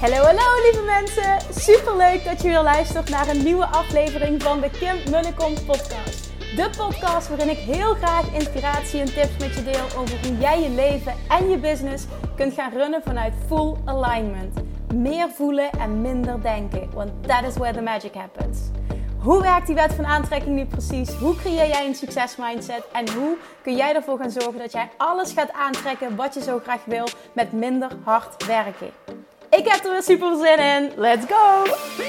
Hallo lieve mensen, superleuk dat je weer luistert naar een nieuwe aflevering van de Kim Munnekom podcast. De podcast waarin ik heel graag inspiratie en tips met je deel over hoe jij je leven en je business kunt gaan runnen vanuit full alignment. Meer voelen en minder denken, want that is where the magic happens. Hoe werkt die wet van aantrekking nu precies? Hoe creëer jij een succesmindset? En hoe kun jij ervoor gaan zorgen dat jij alles gaat aantrekken wat je zo graag wil met minder hard werken? Ik heb er weer super zin in. Let's go!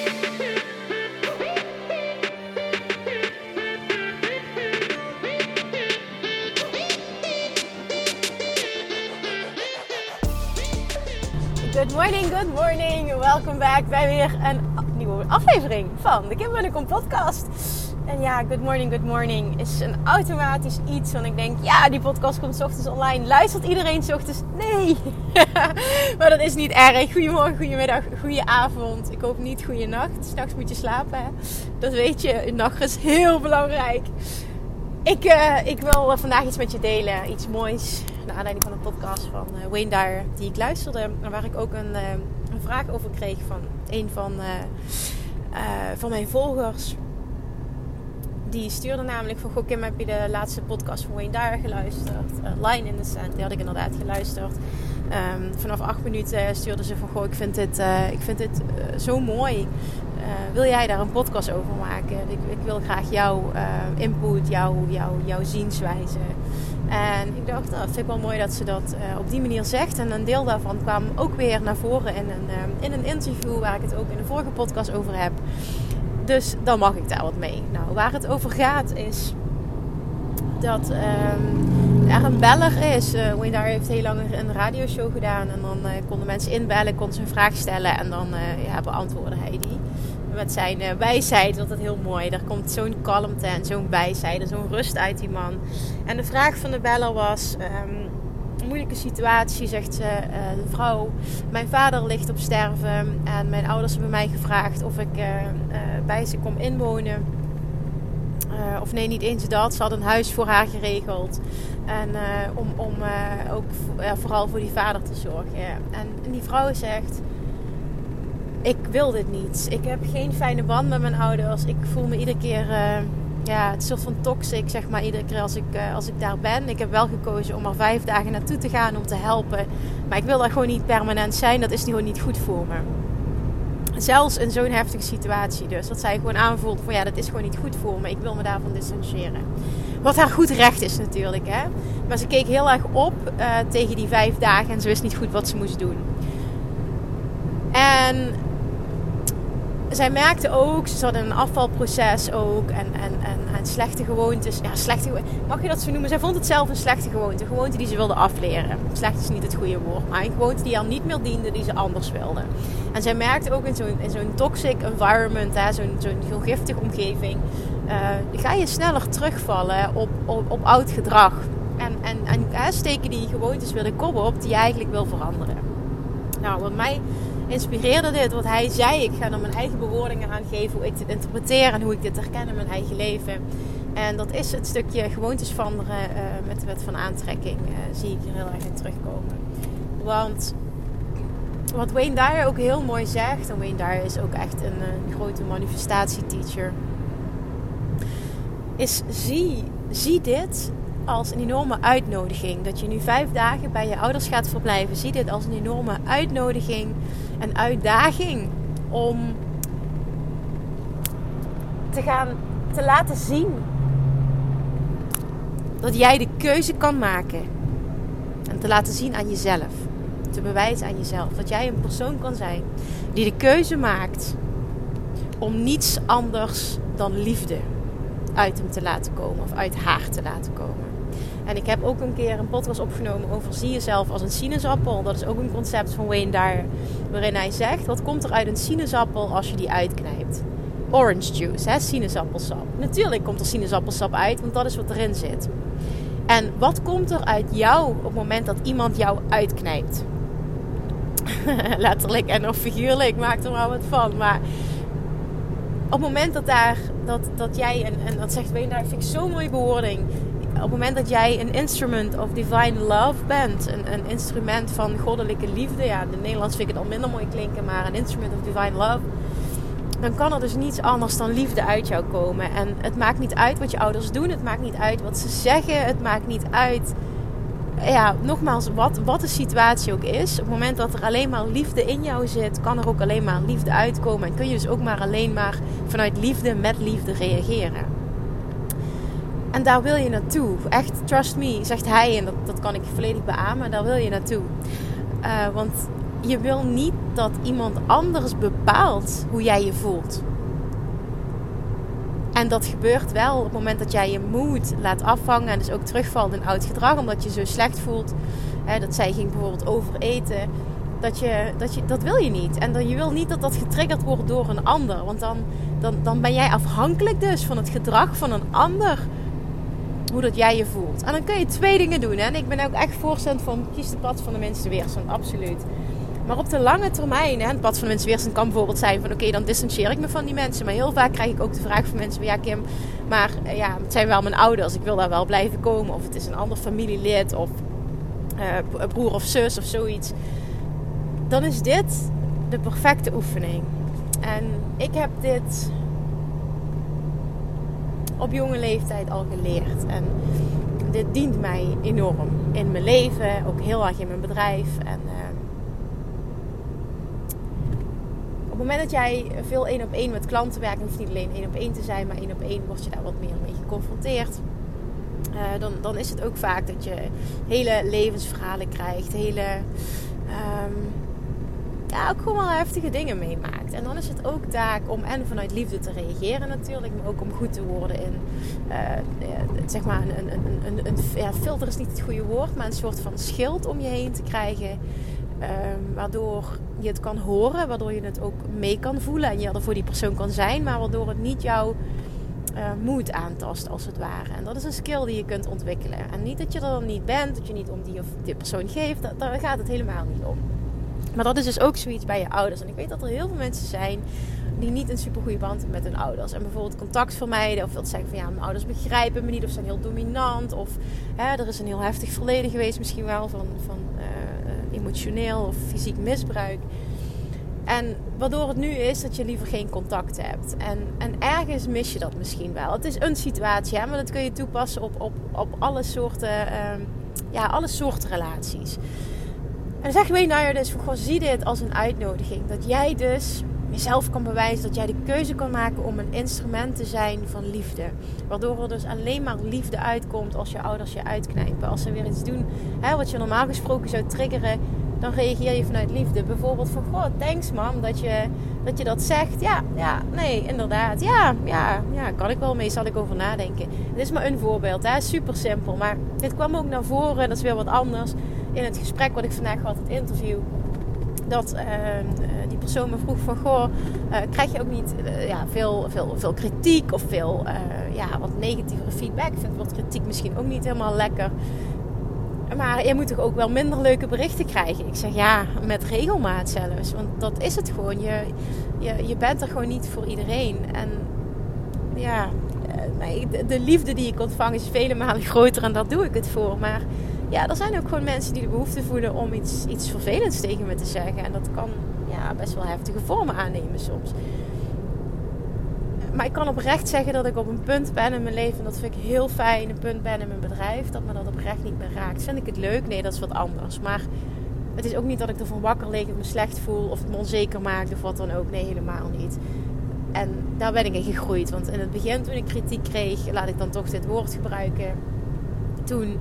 Good morning. Welkom back bij weer een nieuwe aflevering van de Kim Munnekom podcast. En ja, good morning is een automatisch iets. Want ik denk, ja, die podcast komt 's ochtends online. Luistert iedereen 's ochtends? Nee. Maar dat is niet erg. Goedemorgen, goedemiddag, goedenavond. Ik hoop niet goeienacht. 'S'nachts moet je slapen, hè? Dat weet je. Een nacht is heel belangrijk. Ik wil vandaag iets met je delen. Iets moois. Naar aanleiding van een podcast van Wayne Dyer. Die ik luisterde. En waar ik ook een vraag over kreeg van een van mijn volgers. Die stuurde namelijk van, goh Kim, heb je de laatste podcast van Wayne Dyer geluisterd? Line in the Sand, die had ik inderdaad geluisterd. Vanaf 8 minuten stuurde ze van, goh, ik vind dit zo mooi. Wil jij daar een podcast over maken? Ik wil graag jouw input, jouw zienswijze. En ik dacht, dat vind ik wel mooi dat ze dat op die manier zegt. En een deel daarvan kwam ook weer naar voren in een interview waar ik het ook in de vorige podcast over heb. Dus dan mag ik daar wat mee. Nou, waar het over gaat is dat er een beller is. Wayne Dyer heeft heel lang een radioshow gedaan. En dan konden mensen inbellen, konden ze een vraag stellen. En dan beantwoordde hij die. Met zijn wijsheid, dat is heel mooi. Er komt zo'n kalmte en zo'n wijsheid en zo'n rust uit die man. En de vraag van de beller was... een moeilijke situatie, zegt ze, de vrouw. Mijn vader ligt op sterven en mijn ouders hebben mij gevraagd of ik bij ze kom inwonen. Of nee, niet eens dat. Ze had een huis voor haar geregeld. En om ook vooral voor die vader te zorgen. En die vrouw zegt... Ik wil dit niet. Ik heb geen fijne band met mijn ouders. Ik voel me iedere keer... het is een soort van toxic, zeg maar, iedere keer als ik daar ben. Ik heb wel gekozen om er 5 dagen naartoe te gaan om te helpen. Maar ik wil daar gewoon niet permanent zijn. Dat is gewoon niet goed voor me. Zelfs in zo'n heftige situatie dus. Dat zij gewoon aanvoelt van ja, dat is gewoon niet goed voor me. Ik wil me daarvan distancieren. Wat haar goed recht is natuurlijk, hè. Maar ze keek heel erg op tegen die 5 dagen. En ze wist niet goed wat ze moest doen. En... zij merkte ook, ze zat in een afvalproces ook en slechte gewoontes. Ja, mag je dat zo noemen? Zij vond het zelf een slechte gewoonte. Een gewoonte die ze wilde afleren. Slecht is niet het goede woord, maar een gewoonte die haar niet meer diende, die ze anders wilde. En zij merkte ook in zo'n toxic environment, hè, zo'n giftige omgeving, ga je sneller terugvallen op oud gedrag. En steken die gewoontes weer de kop op die je eigenlijk wil veranderen. Nou, wat mij... inspireerde dit, wat hij zei. Ik ga er mijn eigen bewoordingen aan geven, hoe ik dit interpreteer en hoe ik dit herken in mijn eigen leven. En dat is het stukje gewoontes veranderen met de wet van aantrekking. Zie ik hier heel erg in terugkomen. Want wat Wayne Dyer ook heel mooi zegt, en Wayne Dyer is ook echt een grote manifestatieteacher, is zie dit als een enorme uitnodiging. Dat je nu 5 dagen bij je ouders gaat verblijven. Zie dit als een enorme uitnodiging en uitdaging om te laten zien dat jij de keuze kan maken. En te laten zien aan jezelf. Te bewijzen aan jezelf. Dat jij een persoon kan zijn die de keuze maakt om niets anders dan liefde uit hem te laten komen. Of uit haar te laten komen. En ik heb ook een keer een podcast opgenomen over zie jezelf als een sinaasappel. Dat is ook een concept van Wayne Dyer. Waarin hij zegt, wat komt er uit een sinaasappel als je die uitknijpt? Orange juice, hè? Sinaasappelsap. Natuurlijk komt er sinaasappelsap uit, want dat is wat erin zit. En wat komt er uit jou op het moment dat iemand jou uitknijpt? Letterlijk en of figuurlijk, maak er maar wat van. Maar op het moment dat jij, en dat zegt Wayne Dyer, vind ik zo'n mooie bewoording. op het moment dat jij een instrument of divine love bent, een instrument van goddelijke liefde, ja, in het Nederlands vind ik het al minder mooi klinken, maar een instrument of divine love, dan kan er dus niets anders dan liefde uit jou komen. En het maakt niet uit wat je ouders doen, het maakt niet uit wat ze zeggen, het maakt niet uit, ja, nogmaals, wat de situatie ook is. Op het moment dat er alleen maar liefde in jou zit, kan er ook alleen maar liefde uitkomen. En kun je dus ook maar alleen maar vanuit liefde met liefde reageren. En daar wil je naartoe. Echt, trust me, zegt hij. En dat kan ik volledig beamen. Daar wil je naartoe. Want je wil niet dat iemand anders bepaalt hoe jij je voelt. En dat gebeurt wel op het moment dat jij je moed laat afvangen. En dus ook terugvalt in oud gedrag. Omdat je zo slecht voelt. Dat zij ging bijvoorbeeld overeten. Dat wil je niet. En je wil niet dat dat getriggerd wordt door een ander. Want dan ben jij afhankelijk dus van het gedrag van een ander. Hoe dat jij je voelt. En dan kun je 2 dingen doen. Hè? En ik ben ook echt voorstander van kies de pad van de minste weerstand. Absoluut. Maar op de lange termijn, het pad van de minste weerstand kan bijvoorbeeld zijn van oké, dan distancieer ik me van die mensen. Maar heel vaak krijg ik ook de vraag van mensen van ja Kim, maar het zijn wel mijn ouders. Ik wil daar wel blijven komen. Of het is een ander familielid of broer of zus of zoiets. Dan is dit de perfecte oefening. En ik heb dit op jonge leeftijd al geleerd. En dit dient mij enorm in mijn leven. Ook heel erg in mijn bedrijf. En op het moment dat jij veel 1-op-1 met klanten werkt, hoeft niet alleen 1-op-1 te zijn, maar 1-op-1 word je daar wat meer mee geconfronteerd. Dan is het ook vaak dat je hele levensverhalen krijgt. Ook gewoon wel heftige dingen meemaakt. En dan is het ook taak om en vanuit liefde te reageren natuurlijk. Maar ook om goed te worden in zeg maar een filter is niet het goede woord. Maar een soort van schild om je heen te krijgen. Waardoor je het kan horen. Waardoor je het ook mee kan voelen. En je er voor die persoon kan zijn. Maar waardoor het niet jouw moed aantast als het ware. En dat is een skill die je kunt ontwikkelen. En niet dat je er dan niet bent. Dat je niet om die of die persoon geeft. Daar gaat het helemaal niet om. Maar dat is dus ook zoiets bij je ouders. En ik weet dat er heel veel mensen zijn die niet een super goede band hebben met hun ouders. En bijvoorbeeld contact vermijden. Of dat zeggen van ja, mijn ouders begrijpen me niet. Of zijn heel dominant. Of er is een heel heftig verleden geweest misschien wel. Van emotioneel of fysiek misbruik. En waardoor het nu is dat je liever geen contact hebt. En ergens mis je dat misschien wel. Het is een situatie, maar dat kun je toepassen op alle soorten relaties. En dan zegt Wayne Dyer dus, zie dit als een uitnodiging. Dat jij dus jezelf kan bewijzen, dat jij de keuze kan maken om een instrument te zijn van liefde. Waardoor er dus alleen maar liefde uitkomt als je ouders je uitknijpen. Als ze weer iets doen wat je normaal gesproken zou triggeren, dan reageer je vanuit liefde. Bijvoorbeeld van, goh, thanks mam dat je dat zegt. Ja, nee, inderdaad. Ja, kan ik wel mee, zal ik over nadenken. Dit is maar een voorbeeld, super simpel. Maar dit kwam ook naar voren, dat is weer wat anders. In het gesprek wat ik vandaag had, het interview. Dat die persoon me vroeg van, goh, krijg je ook niet veel kritiek of veel wat negatievere feedback. Ik vind wat kritiek misschien ook niet helemaal lekker. Maar je moet toch ook wel minder leuke berichten krijgen? Ik zeg ja, met regelmaat zelfs. Want dat is het gewoon. Je bent er gewoon niet voor iedereen. En ja, de liefde die ik ontvang is vele malen groter en daar doe ik het voor. Maar ja, er zijn ook gewoon mensen die de behoefte voelen om iets vervelends tegen me te zeggen. En dat kan best wel heftige vormen aannemen soms. Maar ik kan oprecht zeggen dat ik op een punt ben in mijn leven. En dat vind ik heel fijn. Een punt ben in mijn bedrijf. Dat me dat oprecht niet meer raakt. Vind ik het leuk? Nee, dat is wat anders. Maar het is ook niet dat ik ervan wakker lig. Of me slecht voel. Of het me onzeker maakt. Of wat dan ook. Nee, helemaal niet. En daar ben ik in gegroeid. Want in het begin toen ik kritiek kreeg. Laat ik dan toch dit woord gebruiken. Toen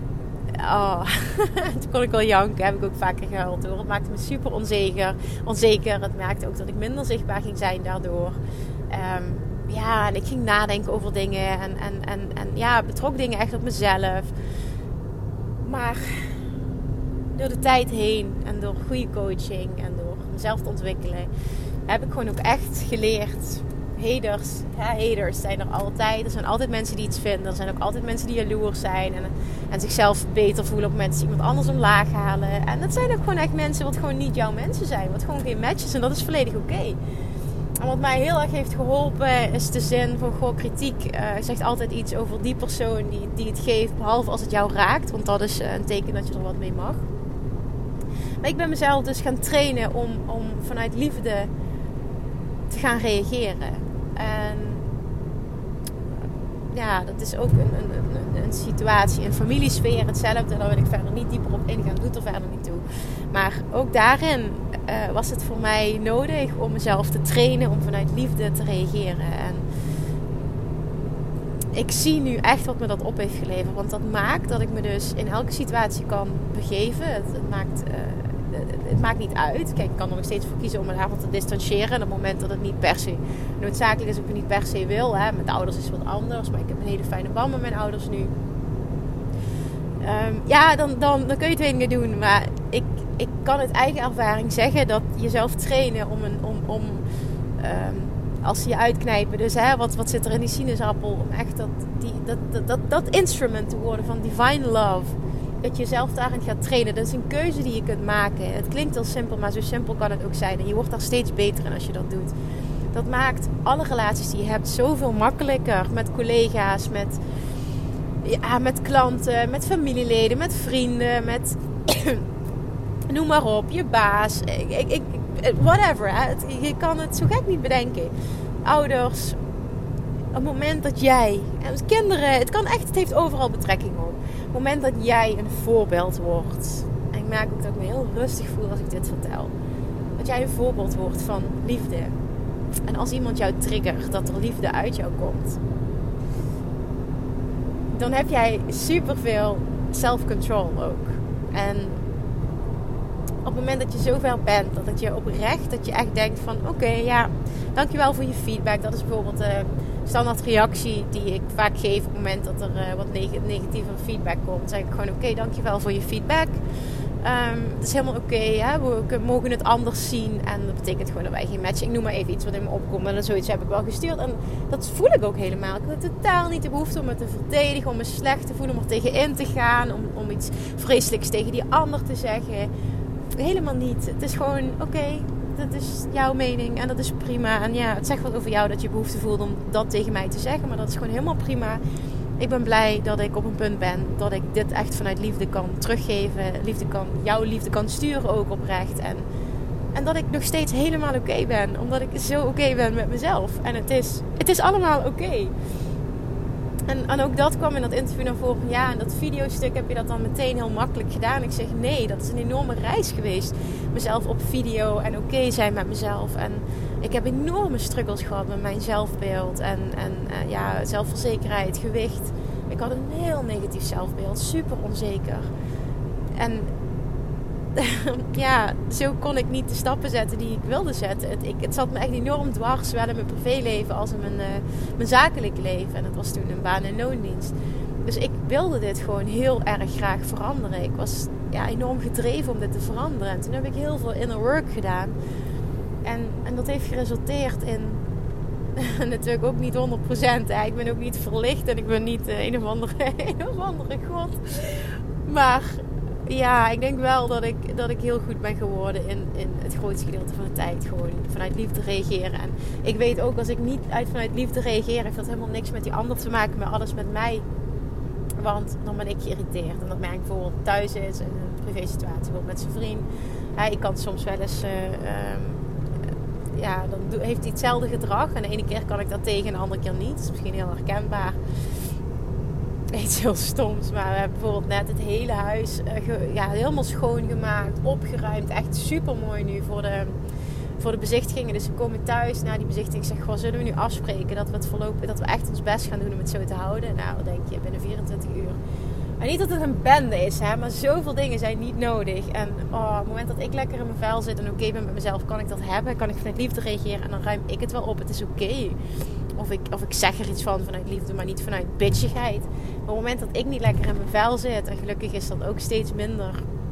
kon ik wel janken. Heb ik ook vaker gehuild hoor. Het maakte me super onzeker. Het maakte ook dat ik minder zichtbaar ging zijn daardoor. En ik ging nadenken over dingen en betrok dingen echt op mezelf. Maar door de tijd heen en door goede coaching en door mezelf te ontwikkelen, heb ik gewoon ook echt geleerd. Haters zijn er altijd. Er zijn altijd mensen die iets vinden. Er zijn ook altijd mensen die jaloers zijn en zichzelf beter voelen op het moment dat ze iemand anders omlaag halen. En dat zijn ook gewoon echt mensen wat gewoon niet jouw mensen zijn. Wat gewoon geen match is en dat is volledig oké. En wat mij heel erg heeft geholpen is de zin van, goh, kritiek zegt altijd iets over die persoon die het geeft, behalve als het jou raakt. Want dat is een teken dat je er wat mee mag. Maar ik ben mezelf dus gaan trainen om vanuit liefde te gaan reageren. En ja, dat is ook een situatie, een familiesfeer, hetzelfde. Daar wil ik verder niet dieper op ingaan, doet er verder niet toe. Maar ook daarin was het voor mij nodig om mezelf te trainen om vanuit liefde te reageren. En ik zie nu echt wat me dat op heeft geleverd. Want dat maakt dat ik me dus in elke situatie kan begeven. Het maakt niet uit. Kijk, ik kan er nog steeds voor kiezen om me daarvan te distancieren. En op het moment dat het niet per se noodzakelijk is, of ik het niet per se wil. Hè. Met ouders is het wat anders. Maar ik heb een hele fijne band met mijn ouders nu. Dan kun je het weer niet doen. Maar ik kan uit eigen ervaring zeggen dat jezelf trainen om als ze je uitknijpen. Dus wat zit er in die sinaasappel? Om echt dat instrument te worden van divine love. Dat je jezelf daarin gaat trainen. Dat is een keuze die je kunt maken. Het klinkt heel simpel, maar zo simpel kan het ook zijn. En je wordt daar steeds beter in als je dat doet. Dat maakt alle relaties die je hebt zoveel makkelijker. Met collega's, met klanten, met familieleden, met vrienden, met noem maar op, je baas. Whatever. Hè. Je kan het zo gek niet bedenken. Ouders. Op het moment dat jij, en kinderen, het heeft overal betrekking op. Op het moment dat jij een voorbeeld wordt. En ik merk ook dat ik me heel rustig voel als ik dit vertel. Dat jij een voorbeeld wordt van liefde. En als iemand jou triggert, dat er liefde uit jou komt. Dan heb jij superveel self-control ook. En op het moment dat je zover bent, dat je oprecht, dat je echt denkt van oké, dankjewel voor je feedback. Dat is bijvoorbeeld de standaard reactie die ik vaak geef op het moment dat er wat negatieve feedback komt. Dan zeg ik gewoon oké, dankjewel voor je feedback. Het is helemaal oké, we mogen het anders zien. En dat betekent gewoon dat wij geen match. Ik noem maar even iets wat in me opkomt. En zoiets heb ik wel gestuurd. En dat voel ik ook helemaal. Ik heb totaal niet de behoefte om me te verdedigen, om me slecht te voelen, om er tegenin te gaan, om iets vreselijks tegen die ander te zeggen. Helemaal niet. Het is gewoon oké, dat is jouw mening en dat is prima. En ja, het zegt wat over jou dat je behoefte voelt om dat tegen mij te zeggen. Maar dat is gewoon helemaal prima. Ik ben blij dat ik op een punt ben dat ik dit echt vanuit liefde kan teruggeven. Jouw liefde kan sturen ook oprecht. En dat ik nog steeds helemaal oké ben. Omdat ik zo oké ben met mezelf. En het is allemaal oké. En ook dat kwam in dat interview naar voren. Ja, in dat videostuk heb je dat dan meteen heel makkelijk gedaan. Ik zeg nee, dat is een enorme reis geweest. Mezelf op video en oké zijn met mezelf. En ik heb enorme struggles gehad met mijn zelfbeeld. En zelfverzekerheid, gewicht. Ik had een heel negatief zelfbeeld. Super onzeker. En zo kon ik niet de stappen zetten die ik wilde zetten. Het zat me echt enorm dwars, zowel in mijn privéleven als in mijn zakelijk leven. En dat was toen een baan- en loondienst. Dus ik wilde dit gewoon heel erg graag veranderen. Ik was enorm gedreven om dit te veranderen. En toen heb ik heel veel inner work gedaan. En dat heeft geresulteerd in natuurlijk ook niet 100%. Hè. Ik ben ook niet verlicht en ik ben niet een of andere god. Maar ja, ik denk wel dat ik heel goed ben geworden in het grootste gedeelte van de tijd. Gewoon vanuit liefde reageren. En ik weet ook, als ik niet vanuit liefde reageer, heeft dat helemaal niks met die ander te maken, maar alles met mij. Want dan ben ik geïrriteerd. En dat merk ik bijvoorbeeld thuis is, in een privé situatie, bijvoorbeeld met zijn vriend. Ik kan soms wel eens dan heeft hij hetzelfde gedrag. En de ene keer kan ik dat tegen en de andere keer niet. Dat is misschien heel herkenbaar. Iets heel stoms. Maar we hebben bijvoorbeeld net het hele huis helemaal schoongemaakt, opgeruimd. Echt super mooi nu voor de bezichtigingen. Dus we komen thuis na die bezichtiging. Ik zeg, goh, zullen we nu afspreken dat we echt ons best gaan doen om het zo te houden? Nou, dan denk je, binnen 24 uur. En niet dat het een bende is, hè, maar zoveel dingen zijn niet nodig. En op het moment dat ik lekker in mijn vel zit en oké ben met mezelf, kan ik dat hebben. Kan ik vanuit liefde reageren en dan ruim ik het wel op. Het is oké. Of ik zeg er iets vanuit liefde, maar niet vanuit bitchigheid. Maar op het moment dat ik niet lekker in mijn vel zit, en gelukkig is dat ook steeds minder,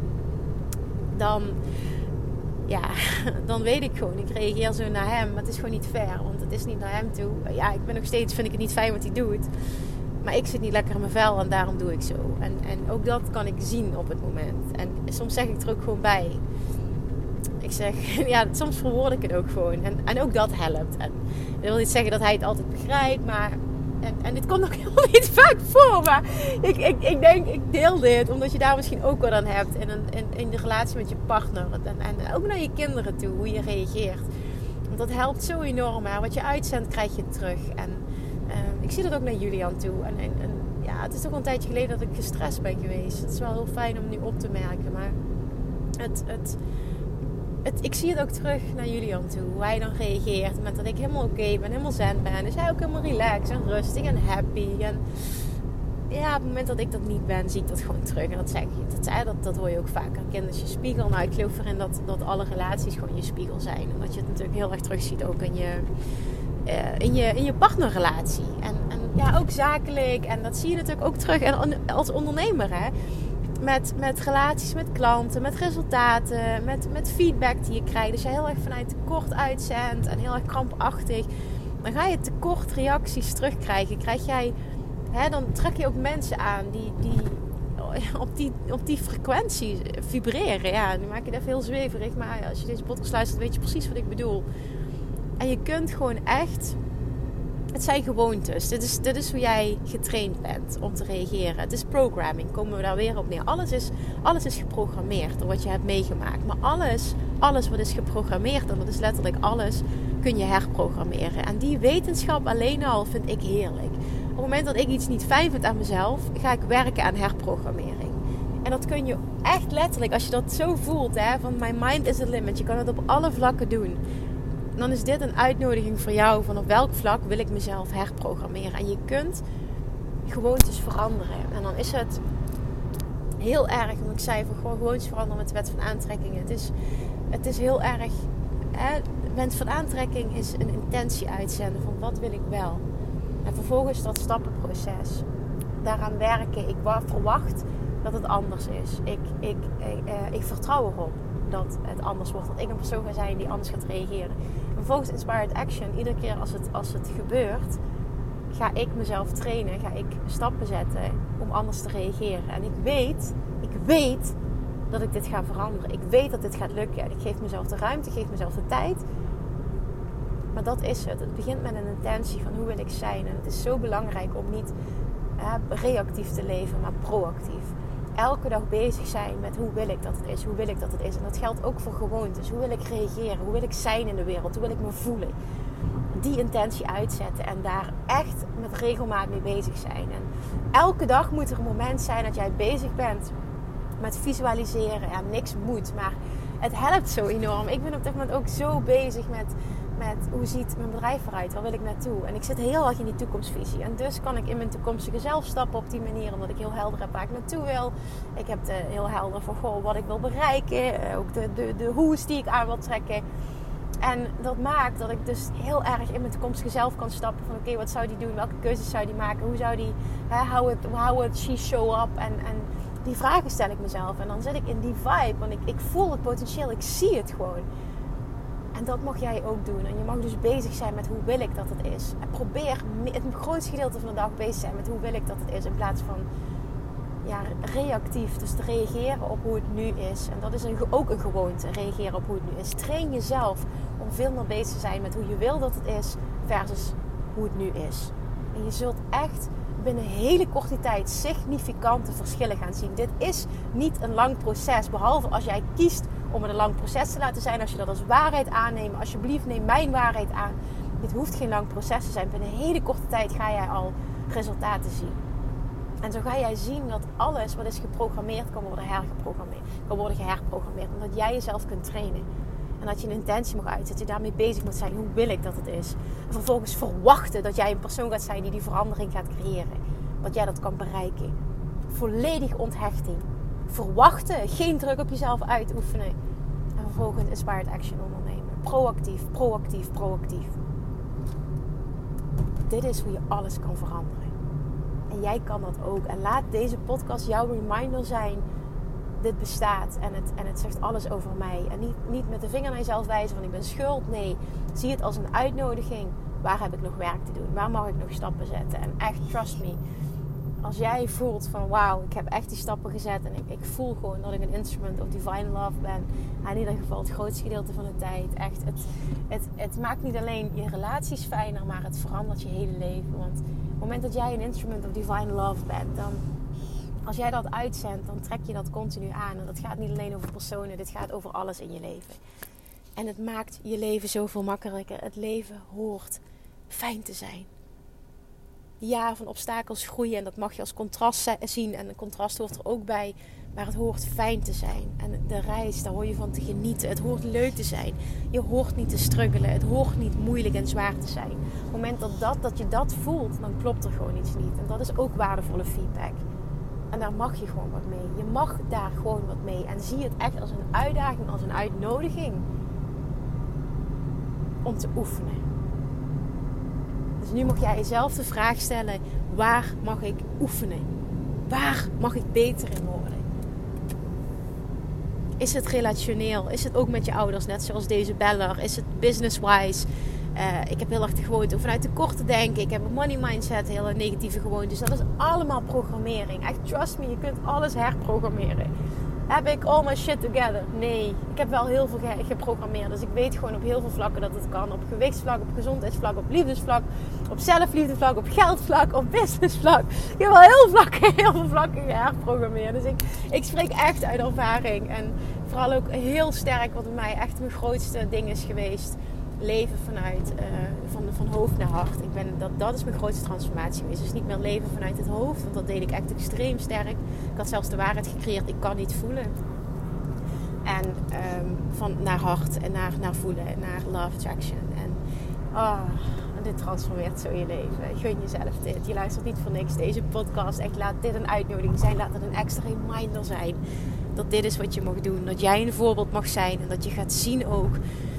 dan weet ik gewoon, ik reageer zo naar hem. Maar het is gewoon niet fair, want het is niet naar hem toe. Ja, vind ik het niet fijn wat hij doet. Maar ik zit niet lekker in mijn vel en daarom doe ik zo. En ook dat kan ik zien op het moment. En soms zeg ik er ook gewoon bij. Ik zeg, ja, soms verwoord ik het ook gewoon. En ook dat helpt. En dat wil niet zeggen dat hij het altijd begrijpt, maar... En dit komt ook helemaal niet vaak voor. Maar ik denk, ik deel dit omdat je daar misschien ook wat aan hebt. In de relatie met je partner. En ook naar je kinderen toe, hoe je reageert. Want dat helpt zo enorm. Maar wat je uitzendt, krijg je terug. En ik zie dat ook naar Julian toe. En ja, het is toch wel een tijdje geleden dat ik gestrest ben geweest. Het is wel heel fijn om nu op te merken. Maar ik zie het ook terug naar Julian toe. Hoe hij dan reageert. Op het moment dat ik helemaal oké ben, helemaal zen ben. Is hij ook helemaal relaxed en rustig en happy. En ja, op het moment dat ik dat niet ben, zie ik dat gewoon terug. En dat zeg je. Dat hoor je ook vaak. Een kind is je spiegel. Nou, ik geloof erin dat alle relaties gewoon je spiegel zijn. En dat je het natuurlijk heel erg terug ziet ook in je partnerrelatie. En ja, ook zakelijk. En dat zie je natuurlijk ook terug. En als ondernemer, hè. Met relaties met klanten, met resultaten, met feedback die je krijgt. Dus je heel erg vanuit tekort uitzendt en heel erg krampachtig, dan ga je tekort reacties terugkrijgen. Dan trek je ook mensen aan die op die frequentie vibreren. Ja, nu maak je het even heel zweverig, maar als je deze podcast luistert, weet je precies wat ik bedoel. En je kunt gewoon echt... Het zijn gewoontes. Dit is hoe jij getraind bent om te reageren. Het is programming. Komen we daar weer op neer. Alles is geprogrammeerd door wat je hebt meegemaakt. Maar alles wat is geprogrammeerd, en dat is letterlijk alles, kun je herprogrammeren. En die wetenschap alleen al vind ik heerlijk. Op het moment dat ik iets niet fijn vind aan mezelf, ga ik werken aan herprogrammering. En dat kun je echt letterlijk, als je dat zo voelt, hè, van my mind is the limit. Je kan het op alle vlakken doen. Dan is dit een uitnodiging voor jou van op welk vlak wil ik mezelf herprogrammeren. En je kunt gewoontes veranderen. En dan is het heel erg, want ik zei van gewoon gewoontes veranderen met de wet van aantrekking. Het is heel erg, de wet van aantrekking is een intentie uitzenden van wat wil ik wel. En vervolgens dat stappenproces. Daaraan werken. Ik verwacht dat het anders is. Ik vertrouw erop dat het anders wordt. Dat ik een persoon ga zijn die anders gaat reageren. En vervolgens Inspired Action. Iedere keer als het gebeurt, ga ik mezelf trainen. Ga ik stappen zetten om anders te reageren. En ik weet dat ik dit ga veranderen. Ik weet dat dit gaat lukken. En ik geef mezelf de ruimte. Ik geef mezelf de tijd. Maar dat is het. Het begint met een intentie van hoe wil ik zijn. En het is zo belangrijk om niet reactief te leven, maar proactief. Elke dag bezig zijn met hoe wil ik dat het is. Hoe wil ik dat het is. En dat geldt ook voor gewoontes. Hoe wil ik reageren? Hoe wil ik zijn in de wereld? Hoe wil ik me voelen? Die intentie uitzetten. En daar echt met regelmaat mee bezig zijn. En elke dag moet er een moment zijn dat jij bezig bent met visualiseren. Ja, niks moet. Maar het helpt zo enorm. Ik ben op dit moment ook zo bezig met hoe ziet mijn bedrijf eruit? Waar wil ik naartoe? En ik zit heel erg in die toekomstvisie. En dus kan ik in mijn toekomstige zelf stappen op die manier. Omdat ik heel helder heb waar ik naartoe wil. Ik heb heel helder voor wat ik wil bereiken. Ook de hoes die ik aan wil trekken. En dat maakt dat ik dus heel erg in mijn toekomstige zelf kan stappen. Van oké, wat zou die doen? Welke keuzes zou die maken? Hoe zou die... How would she show up? En die vragen stel ik mezelf. En dan zit ik in die vibe. Want ik voel het potentieel. Ik zie het gewoon. En dat mag jij ook doen. En je mag dus bezig zijn met hoe wil ik dat het is. En probeer het grootste gedeelte van de dag bezig zijn met hoe wil ik dat het is. In plaats van reactief. Dus te reageren op hoe het nu is. En dat is ook een gewoonte. Reageren op hoe het nu is. Train jezelf om veel meer bezig te zijn met hoe je wil dat het is. Versus hoe het nu is. En je zult echt binnen een hele korte tijd significante verschillen gaan zien. Dit is niet een lang proces. Behalve als jij kiest om het een lang proces te laten zijn. Als je dat als waarheid aanneemt. Alsjeblieft neem mijn waarheid aan. Dit hoeft geen lang proces te zijn. Binnen een hele korte tijd ga jij al resultaten zien. En zo ga jij zien dat alles wat is geprogrammeerd kan worden geherprogrammeerd. Omdat jij jezelf kunt trainen. En dat je een intentie mag uitzetten. Dat je daarmee bezig moet zijn. Hoe wil ik dat het is? En vervolgens verwachten dat jij een persoon gaat zijn die verandering gaat creëren. Dat jij dat kan bereiken. Volledig onthechting. Verwachten. Geen druk op jezelf uitoefenen. En vervolgens Inspired Action ondernemen. Proactief, proactief, proactief. Dit is hoe je alles kan veranderen. En jij kan dat ook. En laat deze podcast jouw reminder zijn. Dit bestaat. En het zegt alles over mij. En niet met de vinger naar jezelf wijzen van ik ben schuld. Nee, zie het als een uitnodiging. Waar heb ik nog werk te doen? Waar mag ik nog stappen zetten? En echt, trust me. als jij voelt van wauw, ik heb echt die stappen gezet en ik voel gewoon dat ik een instrument of divine love ben. En in ieder geval het grootste gedeelte van de tijd. Echt, het maakt niet alleen je relaties fijner, maar het verandert je hele leven. Want op het moment dat jij een instrument of divine love bent, dan als jij dat uitzendt, dan trek je dat continu aan. En dat gaat niet alleen over personen, dit gaat over alles in je leven. En het maakt je leven zoveel makkelijker. Het leven hoort fijn te zijn. Ja, van obstakels groeien en dat mag je als contrast zien. En een contrast hoort er ook bij. Maar het hoort fijn te zijn. En de reis, daar hoor je van te genieten. Het hoort leuk te zijn. Je hoort niet te struggelen. Het hoort niet moeilijk en zwaar te zijn. Op het moment dat je dat voelt, dan klopt er gewoon iets niet. En dat is ook waardevolle feedback. En daar mag je gewoon wat mee. Je mag daar gewoon wat mee. En zie het echt als een uitdaging, als een uitnodiging. Om te oefenen. Dus nu mag jij jezelf de vraag stellen. Waar mag ik oefenen? Waar mag ik beter in worden? Is het relationeel? Is het ook met je ouders? Net zoals deze beller. Is het business-wise? Ik heb heel erg de gewoonte om vanuit tekort te denken. Ik heb een money mindset, hele negatieve gewoonte. Dus dat is allemaal programmering. Echt, trust me, je kunt alles herprogrammeren. Heb ik all my shit together? Nee. Ik heb wel heel veel geprogrammeerd. Dus ik weet gewoon op heel veel vlakken dat het kan. Op gewichtsvlak, op gezondheidsvlak, op liefdesvlak, op zelfliefdevlak, op geldvlak, op businessvlak. Ik heb wel heel veel vlakken geherprogrammeerd. Dus ik spreek echt uit ervaring. En vooral ook heel sterk wat bij mij echt mijn grootste ding is geweest. Leven vanuit van hoofd naar hart. Dat is mijn grootste transformatie geweest. Dus niet meer leven vanuit het hoofd. Want dat deed ik echt extreem sterk. Ik had zelfs de waarheid gecreëerd. Ik kan niet voelen. En van naar hart en naar voelen. En naar love attraction. En dit transformeert zo je leven. Gun jezelf dit. Je luistert niet voor niks deze podcast. Echt, laat dit een uitnodiging zijn. Laat het een extra reminder zijn. Dat dit is wat je mag doen. Dat jij een voorbeeld mag zijn. En dat je gaat zien ook.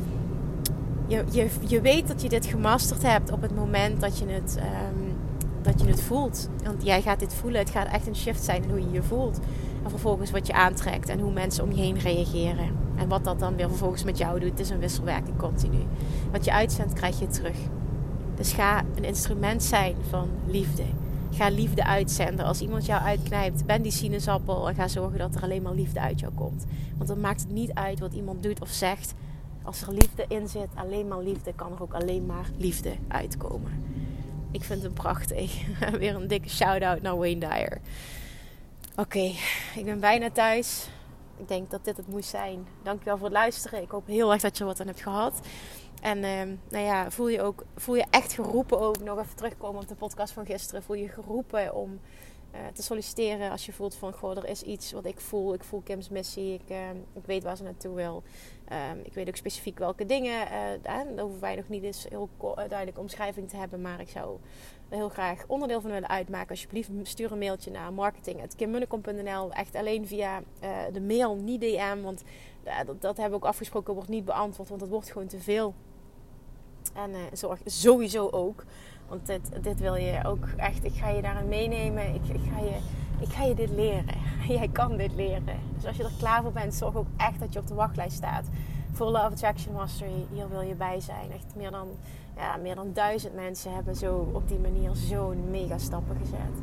Je weet dat je dit gemasterd hebt op het moment dat je het voelt. Want jij gaat dit voelen. Het gaat echt een shift zijn in hoe je je voelt. En vervolgens wat je aantrekt. En hoe mensen om je heen reageren. En wat dat dan weer vervolgens met jou doet. Het is een wisselwerking continu. Wat je uitzendt krijg je terug. Dus ga een instrument zijn van liefde. Ga liefde uitzenden. Als iemand jou uitknijpt, ben die sinaasappel. En ga zorgen dat er alleen maar liefde uit jou komt. Want dan maakt het niet uit wat iemand doet of zegt. Als er liefde in zit, alleen maar liefde, kan er ook alleen maar liefde uitkomen. Ik vind het prachtig. Weer een dikke shout-out naar Wayne Dyer. Oké, ik ben bijna thuis. Ik denk dat dit het moest zijn. Dankjewel voor het luisteren. Ik hoop heel erg dat je er wat aan hebt gehad. En voel je echt geroepen ook. Nog even terugkomen op de podcast van gisteren. Voel je geroepen om te solliciteren als je voelt van goh, er is iets wat ik voel. Ik voel Kim's missie. Ik weet waar ze naartoe wil. Ik weet ook specifiek welke dingen. Daar hoeven wij nog niet eens heel duidelijke omschrijving te hebben. Maar ik zou er heel graag onderdeel van willen uitmaken. Alsjeblieft stuur een mailtje naar marketing@kimmunnekom.nl. Echt alleen via de mail, niet DM. Want dat hebben we ook afgesproken. Wordt niet beantwoord. Want dat wordt gewoon te veel. En zorg sowieso ook. Want dit wil je ook echt. Ik ga je daarin meenemen. Ik ga je dit leren. Jij kan dit leren. Dus als je er klaar voor bent, zorg ook echt dat je op de wachtlijst staat. Voor Love Attraction Mastery. Hier wil je bij zijn. Echt meer dan 1000 mensen hebben zo op die manier zo'n mega stappen gezet.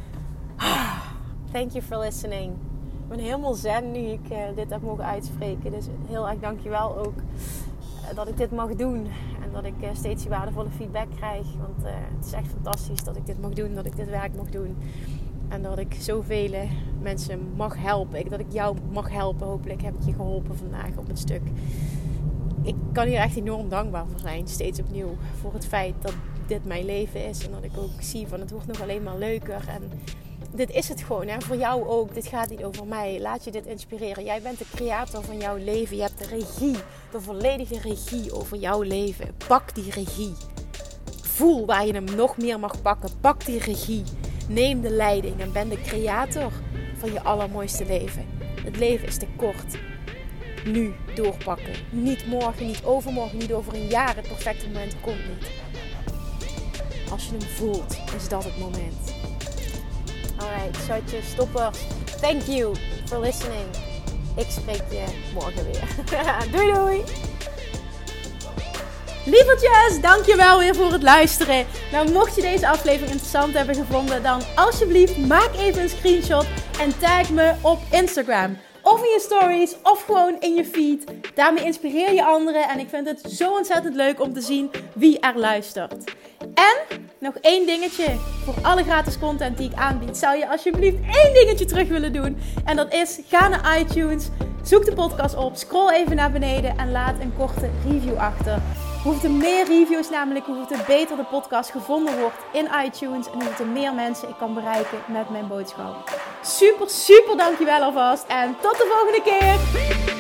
Thank you for listening. Ik ben helemaal zen nu ik dit heb mogen uitspreken. Dus heel erg dankjewel ook dat ik dit mag doen. En dat ik steeds die waardevolle feedback krijg. Want het is echt fantastisch dat ik dit mag doen. Dat ik dit werk mag doen. En dat ik zoveel mensen mag helpen. Dat ik jou mag helpen. Hopelijk heb ik je geholpen vandaag op het stuk. Ik kan hier echt enorm dankbaar voor zijn. Steeds opnieuw. Voor het feit dat dit mijn leven is. En dat ik ook zie van het wordt nog alleen maar leuker. En dit is het gewoon. Hè? Voor jou ook. Dit gaat niet over mij. Laat je dit inspireren. Jij bent de creator van jouw leven. Je hebt de regie. De volledige regie over jouw leven. Pak die regie. Voel waar je hem nog meer mag pakken. Pak die regie. Neem de leiding. En ben de creator van je allermooiste leven. Het leven is te kort. Nu doorpakken. Niet morgen, niet overmorgen, niet over een jaar. Het perfecte moment komt niet. Als je hem voelt, is dat het moment. Alright, schatje, stoppers. Thank you for listening. Ik spreek je morgen weer. Doei doei! Lievertjes, dankjewel weer voor het luisteren. Nou, mocht je deze aflevering interessant hebben gevonden, dan alsjeblieft maak even een screenshot en tag me op Instagram. Of in je stories, of gewoon in je feed. Daarmee inspireer je anderen en ik vind het zo ontzettend leuk om te zien wie er luistert. En nog één dingetje. Voor alle gratis content die ik aanbied, zou je alsjeblieft één dingetje terug willen doen. En dat is, ga naar iTunes, zoek de podcast op, scroll even naar beneden en laat een korte review achter. Hoe er meer reviews namelijk, hoe er beter de podcast gevonden wordt in iTunes. En hoe er meer mensen ik kan bereiken met mijn boodschap. Super, super dankjewel alvast. En tot de volgende keer.